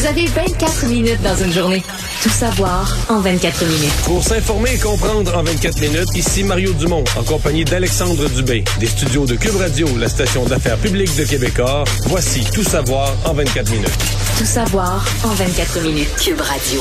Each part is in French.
Vous avez 24 minutes dans une journée. Tout savoir en 24 minutes. Pour s'informer et comprendre en 24 minutes, ici Mario Dumont, en compagnie d'Alexandre Dubé. Des studios de Cube Radio, la station d'affaires publique de Québécois. Voici Tout savoir en 24 minutes. Tout savoir en 24 minutes. Cube Radio.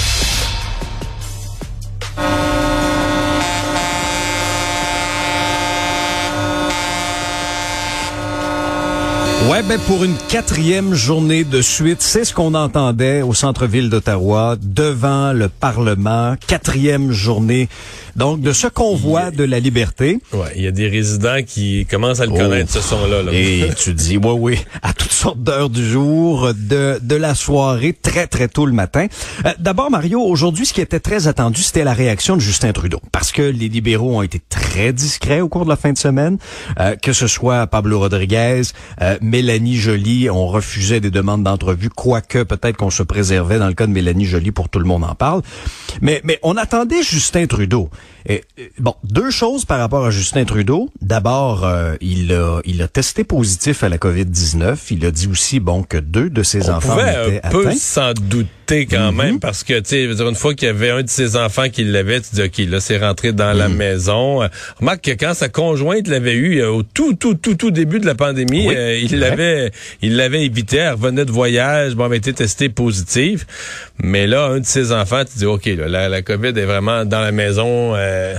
Ouais, pour une 4e journée de suite, c'est ce qu'on entendait au centre-ville d'Ottawa, devant le Parlement, 4e journée, donc de ce convoi de la liberté. Ouais, il y a des résidents qui commencent à le connaître, ce son-là. Là. Et tu dis, oui, à toutes sortes d'heures du jour, de la soirée, très, très tôt le matin. D'abord, Mario, aujourd'hui, ce qui était très attendu, c'était la réaction de Justin Trudeau, parce que les libéraux ont été très discrets au cours de la fin de semaine, que ce soit Pablo Rodriguez, Mélanie Joly, on refusait des demandes d'entrevue, quoique peut-être qu'on se préservait dans le cas de Mélanie Joly pour Tout le monde en parle. Mais on attendait Justin Trudeau. Et, bon, deux choses par rapport à Justin Trudeau. D'abord, il a testé positif à la COVID-19. Il a dit aussi, que 2 de ses enfants étaient atteints. On pouvait un peu s'en douter quand même, parce que, tu sais, une fois qu'il y avait un de ses enfants qui l'avait, tu dis, OK, là, c'est rentré dans la maison. Remarque que quand sa conjointe l'avait eu au tout début de la pandémie, il l'avait évité, elle revenait de voyage, avait été testé positif. Mais là, un de ses enfants, tu dis, OK, là, la COVID est vraiment dans la maison.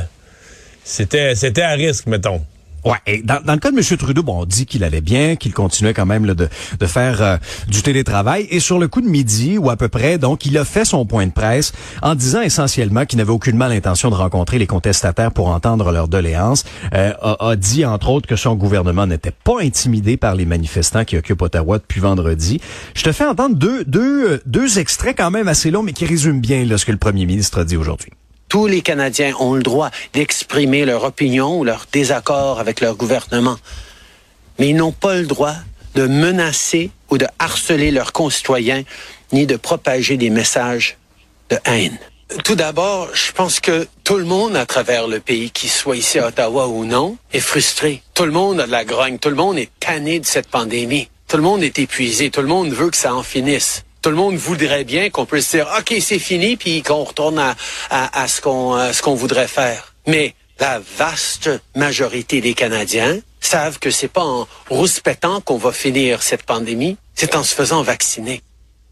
C'était à risque, mettons. Ouais, et dans le cas de M. Trudeau, on dit qu'il allait bien, qu'il continuait quand même là, de faire du télétravail. Et sur le coup de midi, ou à peu près, donc, il a fait son point de presse en disant essentiellement qu'il n'avait aucunement l'intention de rencontrer les contestataires pour entendre leurs doléances. A dit, entre autres, que son gouvernement n'était pas intimidé par les manifestants qui occupent Ottawa depuis vendredi. Je te fais entendre deux extraits quand même assez longs, mais qui résument bien là, ce que le premier ministre a dit aujourd'hui. Tous les Canadiens ont le droit d'exprimer leur opinion ou leur désaccord avec leur gouvernement. Mais ils n'ont pas le droit de menacer ou de harceler leurs concitoyens, ni de propager des messages de haine. Tout d'abord, je pense que tout le monde à travers le pays, qu'il soit ici à Ottawa ou non, est frustré. Tout le monde a de la grogne. Tout le monde est tanné de cette pandémie. Tout le monde est épuisé. Tout le monde veut que ça en finisse. Tout le monde voudrait bien qu'on puisse dire « OK, c'est fini » puis qu'on retourne à ce qu'on voudrait faire. Mais la vaste majorité des Canadiens savent que c'est pas en rouspétant qu'on va finir cette pandémie, c'est en se faisant vacciner.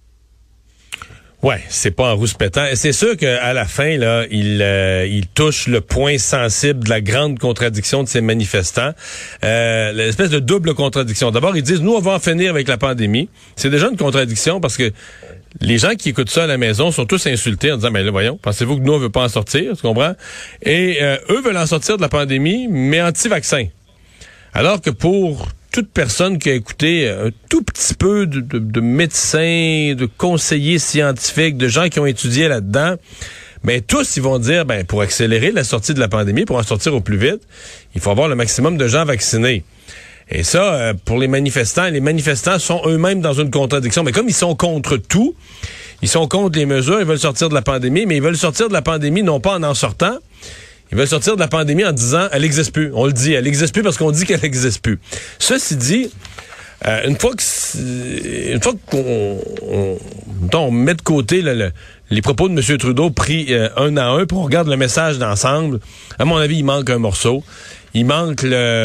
Ouais, c'est pas en rouspétant. C'est sûr qu'à la fin, là, il touche le point sensible de la grande contradiction de ces manifestants. L'espèce de double contradiction. D'abord, ils disent, nous, on va en finir avec la pandémie. C'est déjà une contradiction parce que les gens qui écoutent ça à la maison sont tous insultés en disant, mais là, voyons, pensez-vous que nous, on veut pas en sortir, tu comprends? Et eux veulent en sortir de la pandémie, mais anti-vaccin. Alors que pour toute personne qui a écouté un tout petit peu de médecins, de conseillers scientifiques, de gens qui ont étudié là-dedans, tous, ils vont dire, pour accélérer la sortie de la pandémie, pour en sortir au plus vite, il faut avoir le maximum de gens vaccinés. Et ça, pour les manifestants sont eux-mêmes dans une contradiction. Mais comme ils sont contre tout, ils sont contre les mesures, ils veulent sortir de la pandémie, mais ils veulent sortir de la pandémie non pas en sortant, ils veulent sortir de la pandémie en disant « elle n'existe plus ». On le dit, elle n'existe plus parce qu'on dit qu'elle n'existe plus. Ceci dit, une fois qu'on met de côté les propos de M. Trudeau pris un à un, puis on regarde le message d'ensemble, à mon avis, il manque un morceau. Il manque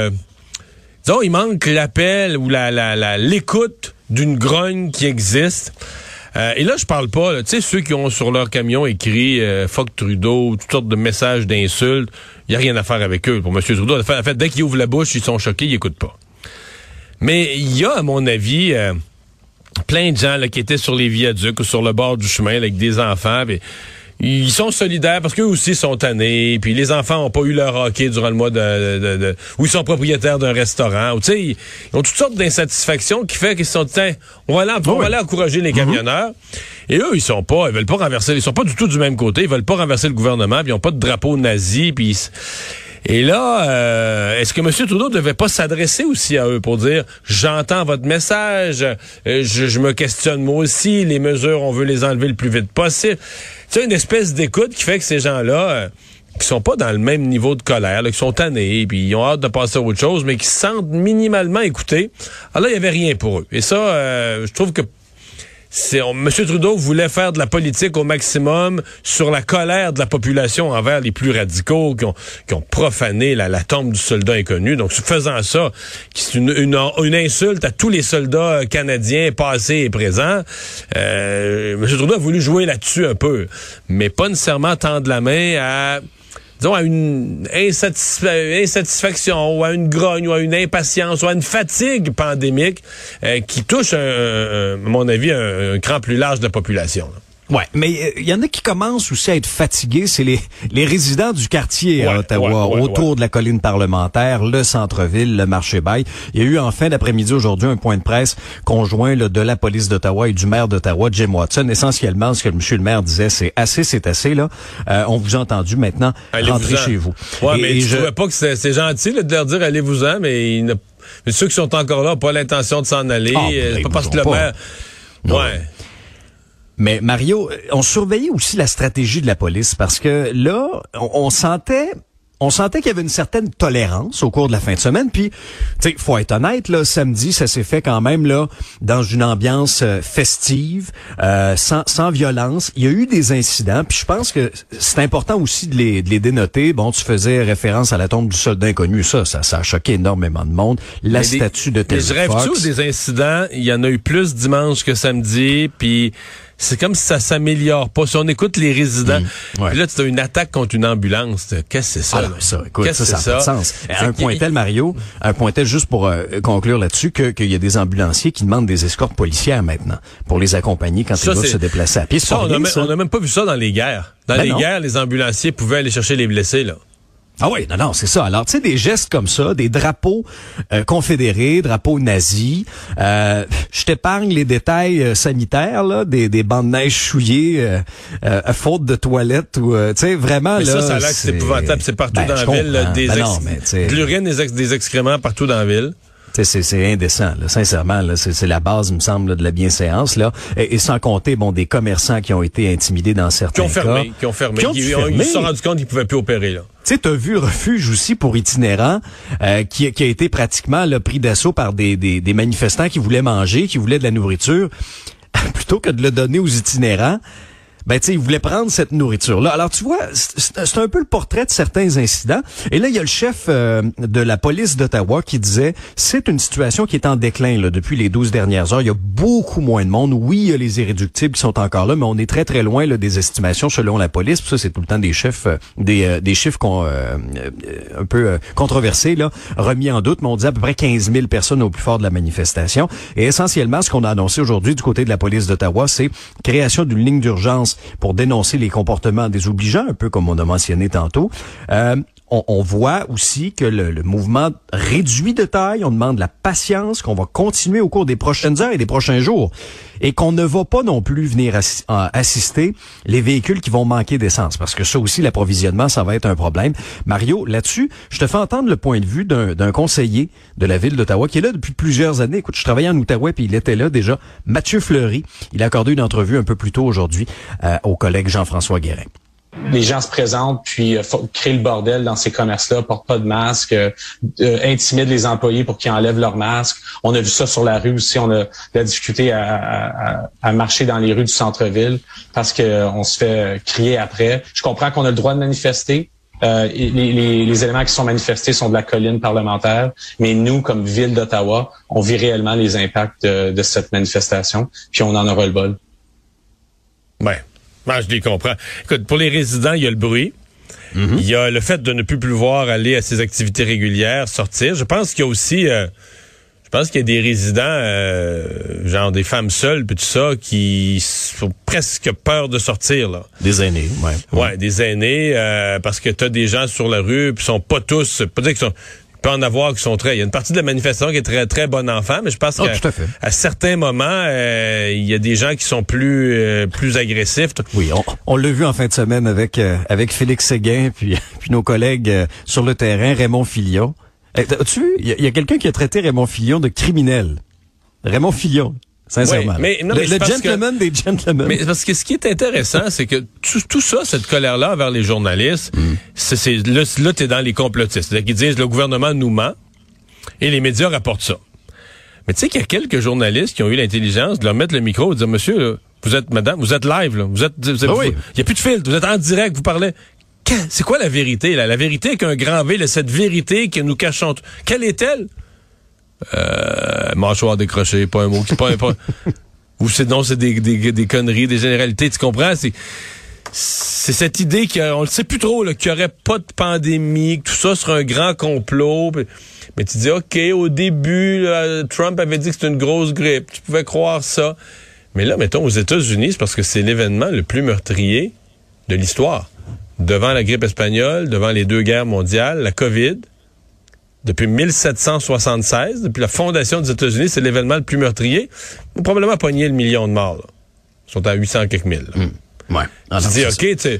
l'appel ou l'écoute d'une grogne qui existe. Et là, je parle pas, tu sais, ceux qui ont sur leur camion écrit fuck Trudeau, toutes sortes de messages d'insultes, il y a rien à faire avec eux. Pour M. Trudeau, en fait, dès qu'ils ouvrent la bouche, ils sont choqués, ils écoutent pas. Mais il y a, à mon avis, plein de gens là, qui étaient sur les viaducs ou sur le bord du chemin là, avec des enfants. Pis, ils sont solidaires parce qu'eux aussi sont tannés. Puis les enfants n'ont pas eu leur hockey durant le mois où ils sont propriétaires d'un restaurant. Tu sais, ils ont toutes sortes d'insatisfactions qui fait qu'ils se sont dit, on va aller encourager les camionneurs. Et eux, ils veulent pas renverser, ils sont pas du tout du même côté. Ils veulent pas renverser le gouvernement. Puis ils ont pas de drapeau nazi. Puis et là, est-ce que M. Trudeau devait pas s'adresser aussi à eux pour dire j'entends votre message, je me questionne moi aussi, les mesures on veut les enlever le plus vite possible. Tu sais, une espèce d'écoute qui fait que ces gens-là qui sont pas dans le même niveau de colère, là, qui sont tannés, puis ils ont hâte de passer à autre chose, mais qui se sentent minimalement écoutés. Alors là, il y avait rien pour eux. Et ça, je trouve que M. Trudeau voulait faire de la politique au maximum sur la colère de la population envers les plus radicaux qui ont profané la tombe du soldat inconnu. Donc, faisant ça, c'est une insulte à tous les soldats canadiens passés et présents. M. Trudeau a voulu jouer là-dessus un peu, mais pas nécessairement tendre la main à une insatisfaction ou à une grogne ou à une impatience ou à une fatigue pandémique qui touche, à mon avis, un cran plus large de la population. Là. Ouais, mais il y en a qui commencent aussi à être fatigués, c'est les résidents du quartier à Ottawa, autour de la colline parlementaire, le centre-ville, le marché-bail. Il y a eu en fin d'après-midi aujourd'hui un point de presse conjoint là, de la police d'Ottawa et du maire d'Ottawa, Jim Watson. Essentiellement, ce que monsieur le maire disait, c'est assez là. On vous a entendu maintenant, rentrez chez vous. Ouais, mais je trouvais pas que c'est gentil là, de leur dire allez-vous-en, mais ceux qui sont encore là n'ont pas l'intention de s'en aller. C'est pas parce que le maire... Non. Ouais. Mais Mario, on surveillait aussi la stratégie de la police parce que là, on sentait qu'il y avait une certaine tolérance au cours de la fin de semaine. Puis, tu sais, faut être honnête, là, samedi, ça s'est fait quand même là dans une ambiance festive, sans violence. Il y a eu des incidents. Puis, je pense que c'est important aussi de les dénoter. Bon, tu faisais référence à la tombe du soldat inconnu. Ça a choqué énormément de monde. La statue de Terry Fox. Mais je rêve-tu des incidents? Il y en a eu plus dimanche que samedi. Puis c'est comme si ça s'améliore pas. Si on écoute les résidents, puis là, tu as une attaque contre une ambulance. Qu'est-ce que c'est ça? Alors, ça, écoute, ça n'a pas de sens. Un point tel, Mario, juste pour conclure là-dessus, qu'il y a des ambulanciers qui demandent des escortes policières maintenant pour les accompagner quand ils doivent se déplacer à pied. On n'a même pas vu ça dans les guerres. Dans les guerres, les ambulanciers pouvaient aller chercher les blessés, là. Ah oui, non, c'est ça. Alors, tu sais, des gestes comme ça, des drapeaux confédérés, drapeaux nazis. Je t'épargne les détails sanitaires, là, des bancs de neige souillés à faute de toilettes ou, tu sais, vraiment, mais là. Ça a l'air que c'est épouvantable. C'est partout dans la ville, de l'urine, des excréments partout dans la ville. C'est indécent, là, sincèrement. Là, c'est la base, il me semble, là, de la bienséance. Là, et sans compter, des commerçants qui ont été intimidés dans certains cas. Qui ont fermé. Ils se sont rendus compte qu'ils pouvaient plus opérer, là. Tu sais, t'as vu le refuge aussi pour itinérants qui a été pratiquement là, pris d'assaut par des manifestants qui voulaient manger, qui voulaient de la nourriture. Plutôt que de le donner aux itinérants, ben tu sais, ils voulaient prendre cette nourriture-là. Alors tu vois, c'est un peu le portrait de certains incidents. Et là, il y a le chef de la police d'Ottawa qui disait, c'est une situation qui est en déclin là, depuis les 12 dernières heures. Il y a beaucoup moins de monde. Oui, il y a les irréductibles qui sont encore là, mais on est très très loin là, des estimations selon la police. Puis ça, c'est tout le temps des chefs, des chiffres un peu controversés, là, remis en doute. Mais on dit à peu près 15 000 personnes au plus fort de la manifestation. Et essentiellement, ce qu'on a annoncé aujourd'hui du côté de la police d'Ottawa, c'est création d'une ligne d'urgence pour dénoncer les comportements désobligeants, un peu comme on a mentionné tantôt. On voit aussi que le mouvement réduit de taille. On demande la patience, qu'on va continuer au cours des prochaines heures et des prochains jours. Et qu'on ne va pas non plus venir assister les véhicules qui vont manquer d'essence. Parce que ça aussi, l'approvisionnement, ça va être un problème. Mario, là-dessus, je te fais entendre le point de vue d'un conseiller de la ville d'Ottawa qui est là depuis plusieurs années. Écoute, je travaillais en Outaouais puis il était là déjà. Mathieu Fleury. Il a accordé une entrevue un peu plus tôt aujourd'hui au collègue Jean-François Guérin. Les gens se présentent puis créent le bordel dans ces commerces-là, portent pas de masque, intimident les employés pour qu'ils enlèvent leur masque. On a vu ça sur la rue aussi. On a de la difficulté à marcher dans les rues du centre-ville parce que on se fait crier après. Je comprends qu'on a le droit de manifester. Les éléments qui sont manifestés sont de la colline parlementaire, mais nous, comme ville d'Ottawa, on vit réellement les impacts de cette manifestation, puis on en aura le bol. Ouais. Moi, je les comprends. Écoute, pour les résidents, il y a le bruit. Il y a le fait de ne plus pouvoir aller à ses activités régulières, sortir. Je pense qu'il y a aussi... je pense qu'il y a des résidents, genre des femmes seules, puis tout ça, qui ont presque peur de sortir, là. Des aînés, ouais. Ouais, des aînés, parce que t'as des gens sur la rue, puis sont pas tous... Pas dire qu'ils sont... peut en avoir qui sont très... Il y a une partie de la manifestation qui est très, très bon enfant, mais je pense qu'à certains moments, il y a des gens qui sont plus agressifs. Oui, on l'a vu en fin de semaine avec Félix Séguin, puis nos collègues sur le terrain, Raymond Filion. As-tu vu? Il y a quelqu'un qui a traité Raymond Filion de criminel. Raymond Filion. Sincèrement. Oui, mais le gentleman des gentlemen. Mais parce que ce qui est intéressant, c'est que tout ça, cette colère-là envers les journalistes, là, t'es dans les complotistes. C'est-à-dire qu'ils disent le gouvernement nous ment et les médias rapportent ça. Mais tu sais qu'il y a quelques journalistes qui ont eu l'intelligence de leur mettre le micro et de dire, monsieur, là, vous êtes live, là. Il y a plus de filtre, vous êtes en direct, vous parlez. C'est quoi la vérité, là? La vérité avec un grand V, là, cette vérité que nous cachons. Quelle est-elle? Mâchoire décrochée, pas un mot qui pas. Ou c'est des conneries, des généralités, tu comprends? C'est cette idée qu'on le sait plus trop, là, qu'il y aurait pas de pandémie, que tout ça serait un grand complot. Mais tu dis, OK, au début, là, Trump avait dit que c'était une grosse grippe. Tu pouvais croire ça. Mais là, mettons, aux États-Unis, c'est parce que c'est l'événement le plus meurtrier de l'histoire. Devant la grippe espagnole, devant les 2 guerres mondiales, la COVID, depuis 1776, depuis la fondation des États-Unis, c'est l'événement le plus meurtrier. Ils ont probablement pogné le million de morts, là. Ils sont à 800 quelques mille. Ouais. Tu dis, OK,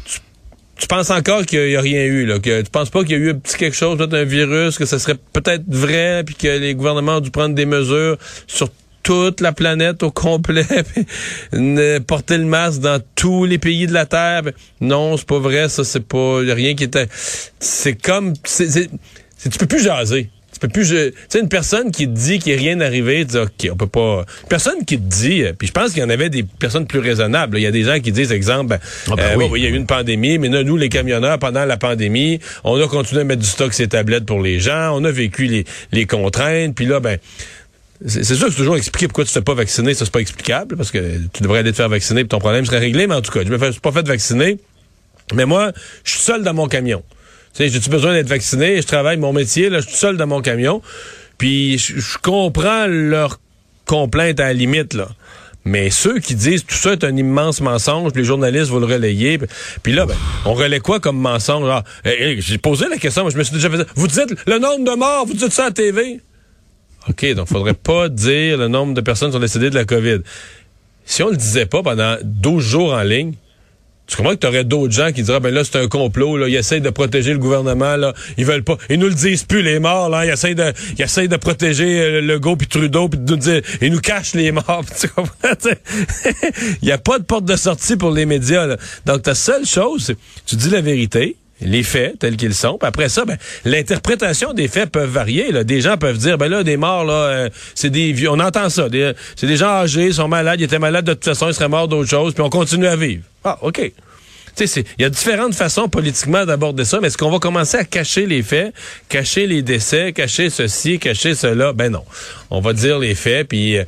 tu penses encore qu'il n'y a rien eu, là, que tu penses pas qu'il y a eu un petit quelque chose, peut-être un virus, que ça serait peut-être vrai, puis que les gouvernements ont dû prendre des mesures sur toute la planète au complet, porter le masque dans tous les pays de la Terre. Non, c'est pas vrai, ça, c'est pas, y a rien qui était... C'est comme... tu peux plus jaser. Tu peux plus... Tu sais, une personne qui te dit qu'il n'est rien arrivé, tu dis, OK, on peut pas... Une personne qui te dit... Puis je pense qu'il y en avait des personnes plus raisonnables. Il y a des gens qui disent, exemple, oui, il y a eu une pandémie, mais nous, les camionneurs, pendant la pandémie, on a continué à mettre du stock sur les tablettes pour les gens, on a vécu les contraintes, puis là, c'est sûr que c'est toujours expliqué pourquoi tu ne t'es pas vacciné, ça c'est pas explicable, parce que tu devrais aller te faire vacciner et ton problème serait réglé, mais en tout cas, je me suis pas fait vacciner, mais moi, je suis seul dans mon camion. Tu sais, j'ai-tu besoin d'être vacciné? Je travaille mon métier, là, je suis seul dans mon camion, puis je comprends leur complainte à la limite, là. Mais ceux qui disent tout ça est un immense mensonge, les journalistes vont le relayer, puis là, on relaie quoi comme mensonge? Alors, j'ai posé la question, moi, je me suis déjà fait... Vous dites le nombre de morts, vous dites ça à la TV? OK, donc faudrait pas dire le nombre de personnes qui sont décédées de la COVID. Si on le disait pas pendant 12 jours en ligne, tu comprends que t'aurais d'autres gens qui diraient, là, c'est un complot, là, ils essayent de protéger le gouvernement, là, ils veulent pas, ils nous le disent plus, les morts, là, ils essayent de protéger Legault puis Trudeau puis de nous dire, ils nous cachent les morts, tu comprends? Il y a pas de porte de sortie pour les médias, là. Donc, ta seule chose, c'est, tu dis la vérité, les faits tels qu'ils sont. Puis après ça, l'interprétation des faits peuvent varier. Là. Des gens peuvent dire, là, des morts, là, c'est des vieux. On entend ça. C'est des gens âgés, ils sont malades, ils étaient malades de toute façon, ils seraient morts d'autre chose, puis on continue à vivre. Ah, OK. Tu sais, il y a différentes façons politiquement d'aborder ça, mais est-ce qu'on va commencer à cacher les faits, cacher les décès, cacher ceci, cacher cela? Ben non. On va dire les faits, puis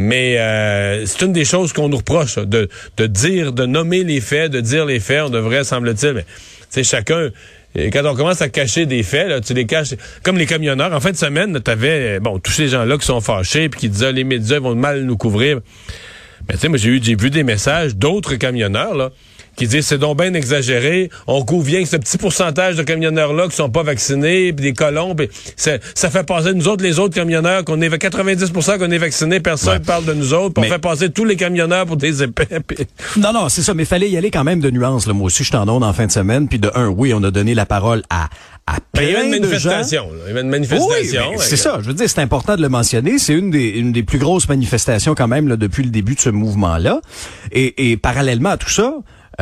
mais c'est une des choses qu'on nous reproche, là, de dire, de nommer les faits, de dire les faits, on devrait, semble-t-il, mais tu sais, chacun, quand on commence à cacher des faits, là, tu les caches, comme les camionneurs. En fin de semaine, t'avais, tous ces gens-là qui sont fâchés puis qui disaient, les médias vont mal nous couvrir. Mais tu sais, moi, j'ai vu des messages d'autres camionneurs, là, qui disent, c'est donc bien exagéré, on couvre bien que ce petit pourcentage de camionneurs-là qui sont pas vaccinés, puis des colons, puis ça fait passer nous autres, les autres camionneurs, qu'on est 90% qu'on est vaccinés, personne parle de nous autres, puis on fait passer tous les camionneurs pour des épais. Pis... Non, c'est ça, mais fallait y aller quand même de nuances, là. Moi aussi, je t'en donne en fin de semaine, puis de oui, on a donné la parole à plein de gens. Il y avait une manifestation. Oui, c'est ça. Je veux dire, c'est important de le mentionner. C'est une des plus grosses manifestations quand même là, depuis le début de ce mouvement-là. Et parallèlement à tout ça,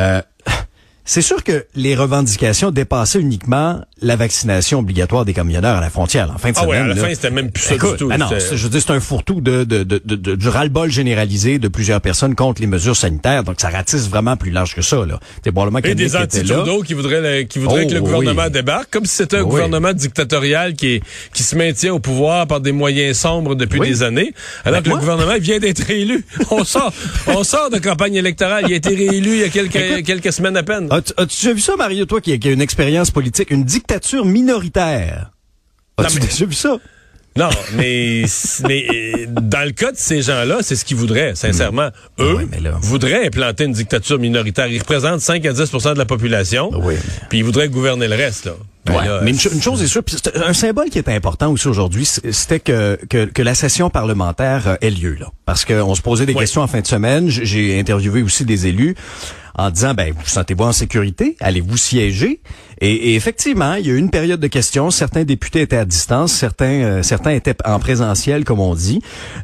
c'est sûr que les revendications dépassaient uniquement la vaccination obligatoire des camionneurs à la frontière en fin de semaine. À la fin, c'était même plus ça du tout. Non, je veux dire, c'est un fourre-tout du ras-le-bol généralisé de plusieurs personnes contre les mesures sanitaires. Donc, ça ratisse vraiment plus large que ça, là. C'est probablement et des anti-Trudeau qui voudraient que le gouvernement débarque, comme si c'était un gouvernement dictatorial qui se maintient au pouvoir par des moyens sombres depuis des années, alors que le gouvernement vient d'être réélu. On sort de campagne électorale. Il a été réélu il y a quelques semaines à peine. As-tu déjà vu ça, Mario, toi qui a une expérience politique, une dictature minoritaire? As-tu déjà vu ça? Non, mais dans le cas de ces gens-là, c'est ce qu'ils voudraient, sincèrement. Eux voudraient implanter une dictature minoritaire. Ils représentent 5 à 10% de la population, puis ils voudraient gouverner le reste, là. Mais une chose est sûre, puis c'est un symbole qui est important aussi aujourd'hui, c'était que la session parlementaire ait lieu, là. Parce qu'on se posait des questions en fin de semaine. J'ai interviewé aussi des élus en disant, vous sentez-vous en sécurité? Allez-vous siéger? Et effectivement, il y a eu une période de questions. Certains députés étaient à distance, certains étaient en présentiel, comme on dit.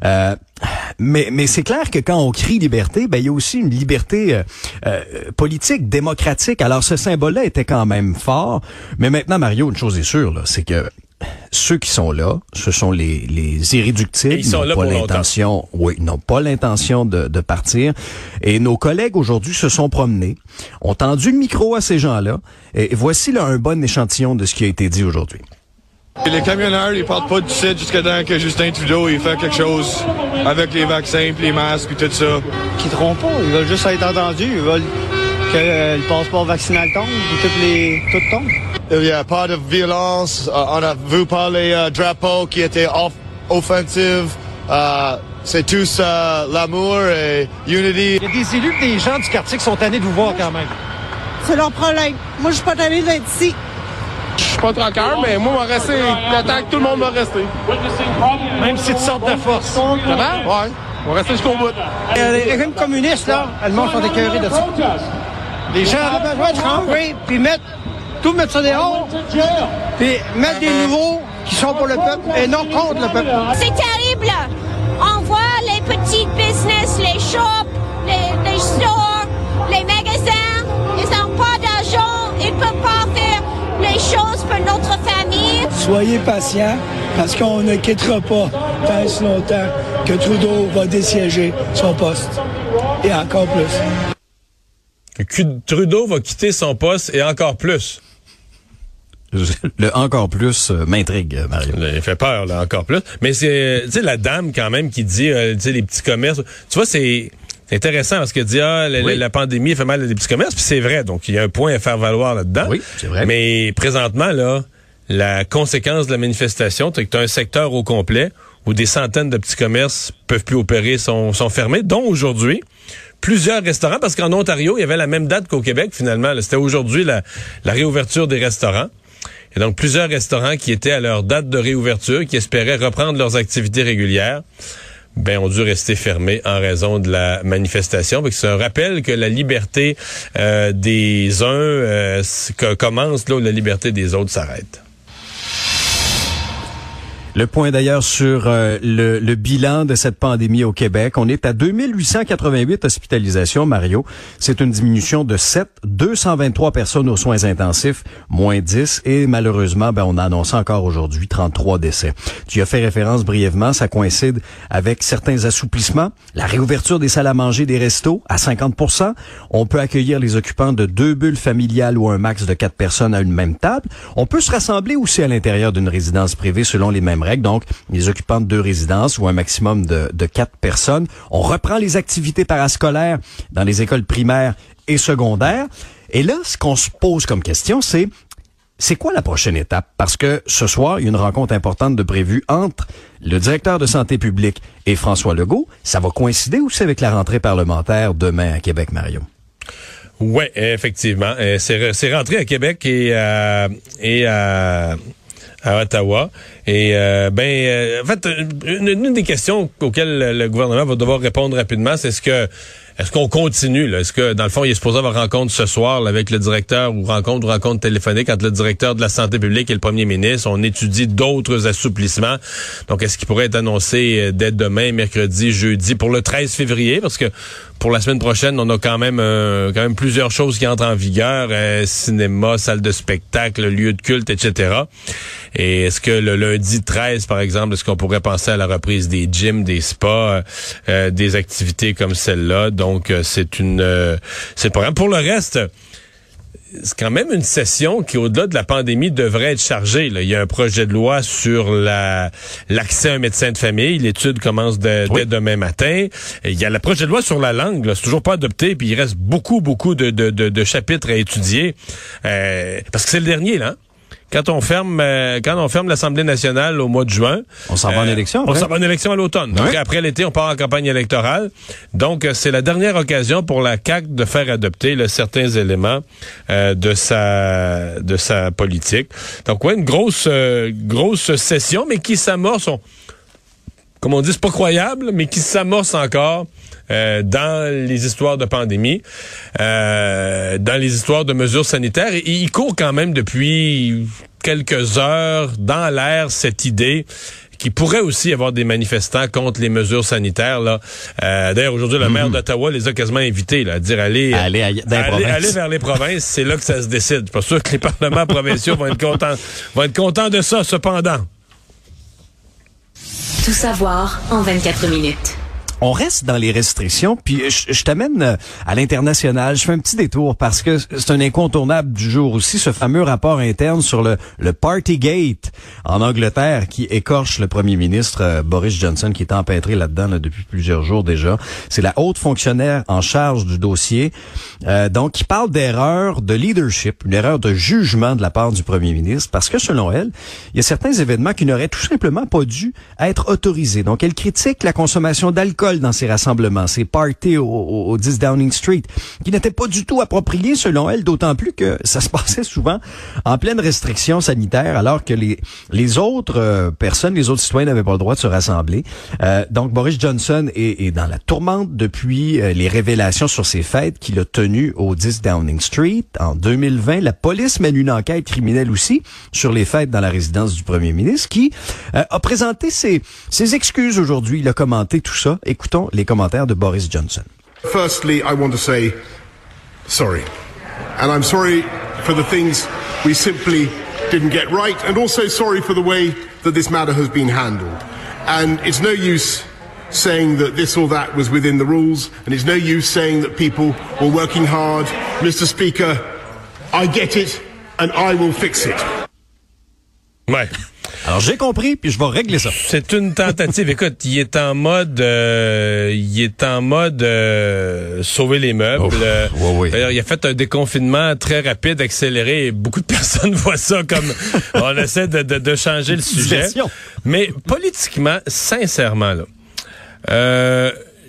Mais c'est clair que quand on crie liberté, il y a aussi une liberté politique, démocratique. Alors ce symbole-là était quand même fort. Mais maintenant, Mario, une chose est sûre, là, c'est que ceux qui sont là, ce sont les irréductibles. Ils sont là pour l'intention, oui, n'ont pas l'intention de partir. Et nos collègues aujourd'hui se sont promenés, ont tendu le micro à ces gens-là. Et voici là un bon échantillon de ce qui a été dit aujourd'hui. Et les camionneurs, ils partent pas du site jusqu'à temps que Justin Trudeau il fait quelque chose avec les vaccins, puis les masques, et tout ça. Ils quitteront pas, ils veulent juste être entendus, ils veulent que le passeport vaccinal tombe, tout tombe. Il n'y a pas de violence, on a vu par les drapeaux qui étaient offensifs, c'est tous l'amour et unity. Il y a des élus et des gens du quartier qui sont tannés de vous voir quand même. C'est leur problème. Moi, je suis pas tannée d'être ici. Je suis pas traqueur, mais moi, on va rester. L'attaque, tout le monde va rester. Même si tu sortes de force. Comment? Ouais. On va rester jusqu'au bout. Les régimes communistes, là, le monde sont écœurés de ça. Les gens ont besoin de rentrer, puis tout mettre ça dehors, puis mettre des nouveaux qui sont pour le peuple et non contre le peuple. C'est terrible. On voit les petits business, les shops, les stores, les magasins. Ils n'ont pas d'argent. Ils ne peuvent pas faire les choses pour notre famille. Soyez patients, parce qu'on ne quittera pas tant si longtemps que Trudeau va dessiéger son poste. Et encore plus. Trudeau va quitter son poste et encore plus. Le encore plus m'intrigue, Mario. Il fait peur, là, encore plus. Mais c'est, tu sais, la dame, quand même, qui dit, tu sais, les petits commerces. Tu vois, c'est intéressant parce qu'elle dit, la pandémie fait mal à des petits commerces, puis c'est vrai. Donc, il y a un point à faire valoir là-dedans. Oui, c'est vrai. Mais présentement, là, la conséquence de la manifestation, c'est que tu as un secteur au complet où des centaines de petits commerces peuvent plus opérer, sont fermés, dont aujourd'hui plusieurs restaurants, parce qu'en Ontario, il y avait la même date qu'au Québec, finalement. C'était aujourd'hui la réouverture des restaurants. Et donc, plusieurs restaurants qui étaient à leur date de réouverture, qui espéraient reprendre leurs activités régulières, ont dû rester fermés en raison de la manifestation. C'est un rappel que la liberté des uns commence là où la liberté des autres s'arrête. Le point d'ailleurs sur le bilan de cette pandémie au Québec. On est à 2888 hospitalisations, Mario. C'est une diminution de 7, 223 personnes aux soins intensifs, moins 10. Et malheureusement, on a annoncé encore aujourd'hui 33 décès. Tu y as fait référence brièvement, ça coïncide avec certains assouplissements. La réouverture des salles à manger des restos à 50%. On peut accueillir les occupants de 2 bulles familiales ou un max de 4 personnes à une même table. On peut se rassembler aussi à l'intérieur d'une résidence privée selon les mêmes règles, donc les occupants de 2 résidences ou un maximum de 4 personnes. On reprend les activités parascolaires dans les écoles primaires et secondaires. Et là, ce qu'on se pose comme question, c'est quoi la prochaine étape? Parce que ce soir, il y a une rencontre importante de prévue entre le directeur de santé publique et François Legault. Ça va coïncider aussi avec la rentrée parlementaire demain à Québec, Mario? Oui, effectivement. C'est rentré à Québec et à Ottawa. Et en fait, une des questions auxquelles le gouvernement va devoir répondre rapidement, c'est est-ce qu'on continue, là? Est-ce que, dans le fond, il est supposé avoir rencontre ce soir là, avec le directeur ou rencontre téléphonique entre le directeur de la santé publique et le premier ministre? On étudie d'autres assouplissements. Donc, est-ce qu'il pourrait être annoncé dès demain, mercredi, jeudi, pour le 13 février? Parce que pour la semaine prochaine, on a quand même plusieurs choses qui entrent en vigueur. Cinéma, salle de spectacle, lieu de culte, etc. Et est-ce que le lundi 13, par exemple, est-ce qu'on pourrait penser à la reprise des gyms, des spas, des activités comme celle-là? Donc, c'est le programme. Pour le reste, c'est quand même une session qui, au-delà de la pandémie, devrait être chargée. Là. Il y a un projet de loi sur l'accès à un médecin de famille. L'étude commence dès demain matin. Et il y a le projet de loi sur la langue. Là. C'est toujours pas adopté. Puis il reste beaucoup de chapitres à étudier. Parce que c'est le dernier, là. Quand on ferme l'Assemblée nationale au mois de juin, on s'en va en élection. On s'en va en élection à l'automne. Donc après l'été, on part en campagne électorale. Donc c'est la dernière occasion pour la CAQ de faire adopter certains éléments de sa politique. Donc une grosse session, mais qui s'amorce. Comme on dit, c'est pas croyable, mais qui s'amorce encore. Dans les histoires de pandémie, dans les histoires de mesures sanitaires. Et il court quand même depuis quelques heures dans l'air cette idée qu'il pourrait aussi y avoir des manifestants contre les mesures sanitaires. Là. D'ailleurs, aujourd'hui, le maire d'Ottawa les a quasiment invités là, à dire allez vers les provinces, c'est là que ça se décide. Je suis pas sûr que les parlements provinciaux vont être contents de ça, cependant. Tout savoir en 24 minutes. On reste dans les restrictions, puis je t'amène à l'international. Je fais un petit détour parce que c'est un incontournable du jour aussi, ce fameux rapport interne sur le Partygate en Angleterre qui écorche le premier ministre Boris Johnson qui est empêtré là-dedans depuis plusieurs jours déjà. C'est la haute fonctionnaire en charge du dossier, donc qui parle d'erreur de leadership, une erreur de jugement de la part du premier ministre parce que selon elle, il y a certains événements qui n'auraient tout simplement pas dû être autorisés. Donc elle critique la consommation d'alcool dans ces rassemblements, ces parties au 10 Downing Street, qui n'étaient pas du tout appropriés selon elle, d'autant plus que ça se passait souvent en pleine restriction sanitaire, alors que les autres personnes, les autres citoyens n'avaient pas le droit de se rassembler. Donc Boris Johnson est dans la tourmente depuis les révélations sur ces fêtes qu'il a tenues au 10 Downing Street en 2020. La police mène une enquête criminelle aussi sur les fêtes dans la résidence du premier ministre qui a présenté ses excuses aujourd'hui. Il a commenté tout ça. Écoutons les commentaires de Boris Johnson. Firstly, I want to say sorry. And I'm sorry for the things we simply didn't get right, and also sorry for the way that this matter has been handled. And it's no use saying that this or that was within the rules, and it's no use saying that people were working hard. Mr. Speaker, I get it, and I will fix it. Ouais. Alors j'ai compris, puis je vais régler ça. C'est une tentative. Écoute, il est en mode sauver les meubles. Oui. D'ailleurs, il a fait un déconfinement très rapide, accéléré. Et beaucoup de personnes voient ça comme on essaie de changer le sujet. Mais politiquement, sincèrement, là,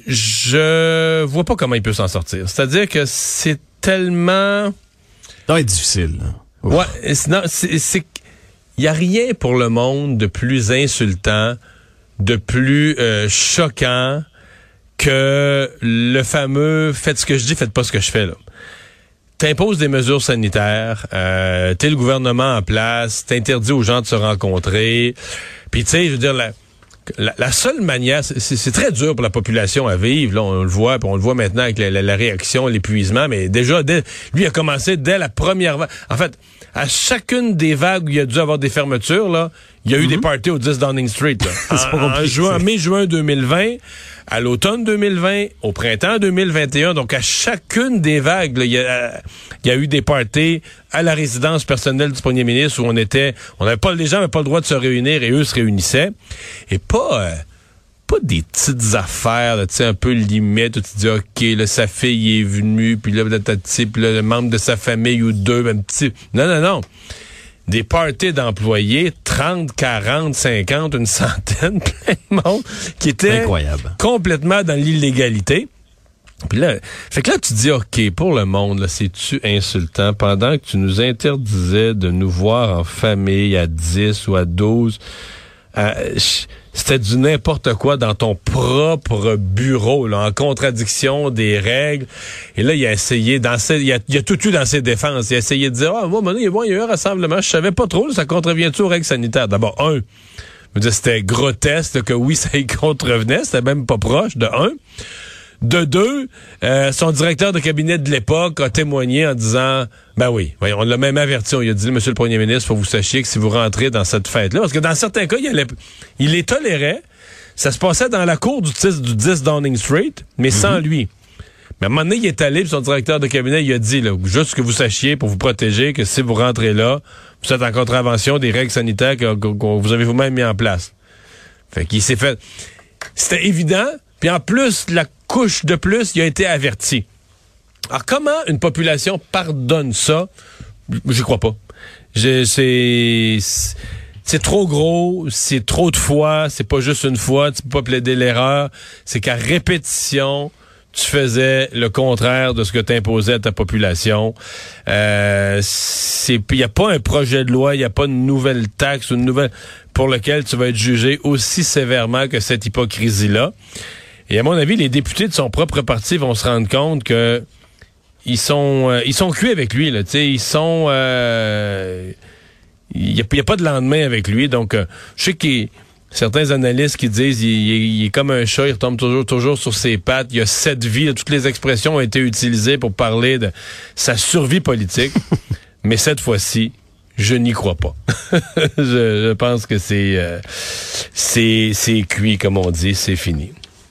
je vois pas comment il peut s'en sortir. C'est-à-dire que c'est tellement... Ça va être difficile. Ouais, c'est il n'y a rien pour le monde de plus insultant, de plus choquant que le fameux « faites ce que je dis, faites pas ce que je fais ». T'imposes des mesures sanitaires, t'es le gouvernement en place, t'interdis aux gens de se rencontrer. Puis tu sais, je veux dire, la seule manière, c'est très dur pour la population à vivre, là, on le voit, puis on le voit maintenant avec la réaction, l'épuisement, mais déjà, lui a commencé dès la première vague. En fait, à chacune des vagues où il y a dû avoir des fermetures, là, il y a eu des parties au 10 Downing Street. Là. En mai-juin 2020, à l'automne 2020, au printemps 2021, donc à chacune des vagues, là, il y a eu des parties à la résidence personnelle du premier ministre où les gens n'avaient pas le droit de se réunir et eux se réunissaient. Et pas des petites affaires, tu sais, un peu limites, où tu dis, OK, là, sa fille est venue, puis là, le membre de sa famille ou deux, un petit... Non. Des parties d'employés, 30, 40, 50, une centaine, plein de monde, qui étaient complètement dans l'illégalité. Puis là, fait que là, tu dis, OK, pour le monde, là, c'est-tu insultant? Pendant que tu nous interdisais de nous voir en famille à 10 ou à 12... c'était du n'importe quoi dans ton propre bureau, là, en contradiction des règles. Et là, il a essayé, il a tout eu dans ses défenses. Il a essayé de dire, il y a eu un rassemblement, je savais pas trop, là, ça contrevient-tu aux règles sanitaires? D'abord, c'était grotesque, là, que oui, ça y contrevenait, c'était même pas proche, de un. De deux, son directeur de cabinet de l'époque a témoigné en disant, ben oui, on l'a même averti, il a dit, monsieur le premier ministre, faut que vous sachiez que si vous rentrez dans cette fête-là, parce que dans certains cas, il les tolérait, ça se passait dans la cour du 10 Downing Street, mais sans lui. Mais à un moment donné, il est allé, puis son directeur de cabinet, il a dit, là, juste que vous sachiez, pour vous protéger, que si vous rentrez là, vous êtes en contravention des règles sanitaires que vous avez vous-même mis en place. Fait qu'il s'est fait... C'était évident, puis en plus, la couche de plus, il a été averti. Alors, comment une population pardonne ça? J'y crois pas. C'est trop gros, c'est trop de fois, c'est pas juste une fois, tu peux pas plaider l'erreur. C'est qu'à répétition, tu faisais le contraire de ce que t'imposais à ta population. Il y a pas un projet de loi, il y a pas une nouvelle taxe ou une nouvelle pour lequel tu vas être jugé aussi sévèrement que cette hypocrisie-là. Et à mon avis, les députés de son propre parti vont se rendre compte que ils sont cuits avec lui, là. Tu sais, ils sont, il y a pas de lendemain avec lui. Donc, je sais qu'il certains analystes qui disent il est comme un chat, il retombe toujours sur ses pattes. Il y a 7 vies. Toutes les expressions ont été utilisées pour parler de sa survie politique. Mais cette fois-ci, je n'y crois pas. je pense que c'est cuit, comme on dit, c'est fini.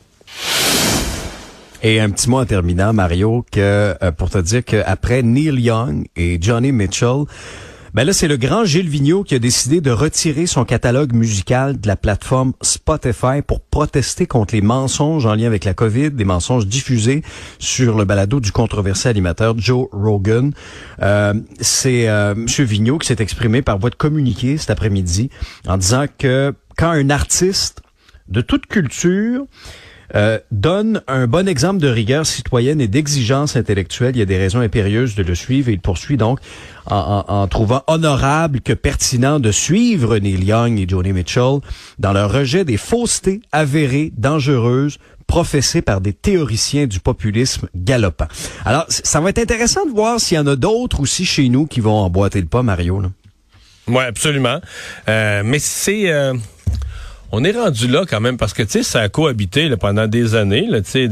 Et un petit mot en terminant, Mario, que pour te dire qu'après Neil Young et Johnny Mitchell, ben là, c'est le grand Gilles Vigneault qui a décidé de retirer son catalogue musical de la plateforme Spotify pour protester contre les mensonges en lien avec la COVID, des mensonges diffusés sur le balado du controversé animateur Joe Rogan. C'est M. Vigneault qui s'est exprimé par voie de communiqué cet après-midi en disant que quand un artiste de toute culture donne un bon exemple de rigueur citoyenne et d'exigence intellectuelle, il y a des raisons impérieuses de le suivre et il poursuit donc en trouvant honorable que pertinent de suivre Neil Young et Joni Mitchell dans leur rejet des faussetés avérées, dangereuses, professées par des théoriciens du populisme galopant. Alors, ça va être intéressant de voir s'il y en a d'autres aussi chez nous qui vont emboîter le pas, Mario, là. Ouais, absolument. Mais c'est... on est rendu là quand même parce que tu sais ça a cohabité là, pendant des années là, tu sais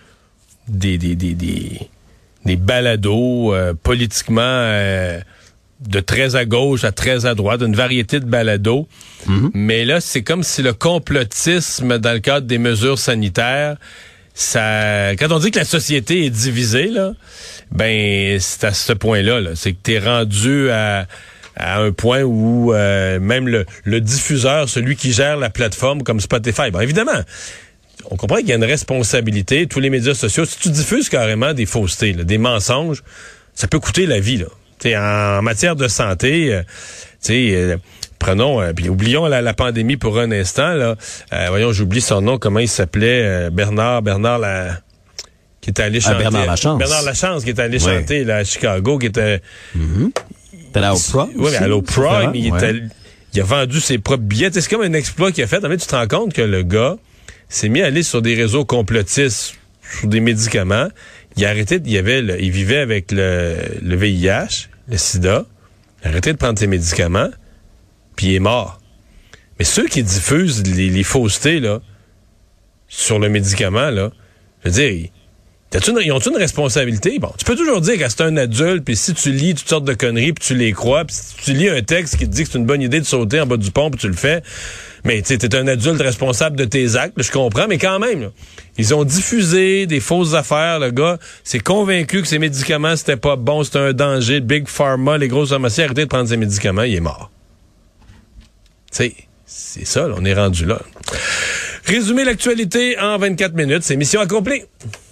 des balados politiquement de très à gauche à très à droite, une variété de balados. Mm-hmm. Mais là, c'est comme si le complotisme dans le cadre des mesures sanitaires, ça, quand on dit que la société est divisée là, ben c'est à ce point-là là, c'est que t'es rendu à un point où même le diffuseur, celui qui gère la plateforme comme Spotify, bon évidemment, on comprend qu'il y a une responsabilité, tous les médias sociaux, si tu diffuses carrément des faussetés, là, des mensonges, ça peut coûter la vie, là. T'sais, en matière de santé, prenons, puis oublions la pandémie pour un instant, là. Voyons, j'oublie son nom, comment il s'appelait, Bernard qui était allé chanter. Bernard Lachance. Bernard Lachance qui était allé chanter là, à Chicago, qui était... Mm-hmm. T'es à l'Oprah? Oui, mais à l'Oprah, mais il a vendu ses propres billets. C'est comme un exploit qu'il a fait. En fait, tu te rends compte que le gars s'est mis à aller sur des réseaux complotistes, sur des médicaments. Il a arrêté, il vivait avec le VIH, le sida. Il a arrêté de prendre ses médicaments, puis il est mort. Mais ceux qui diffusent les faussetés, là, sur le médicament, là, je veux dire, ils ont-tu une responsabilité? Bon, tu peux toujours dire que c'est un adulte, puis si tu lis toutes sortes de conneries, puis tu les crois, puis si tu lis un texte qui te dit que c'est une bonne idée de sauter en bas du pont, puis tu le fais, mais tu sais, t'es un adulte responsable de tes actes, là, je comprends, mais quand même, là, ils ont diffusé des fausses affaires, le gars s'est convaincu que ses médicaments, c'était pas bon, c'était un danger, Big Pharma, les grosses pharmacies, arrêtez de prendre ses médicaments, il est mort. Tu sais, c'est ça, là, on est rendu là. Résumer l'actualité en 24 minutes, c'est mission accomplie.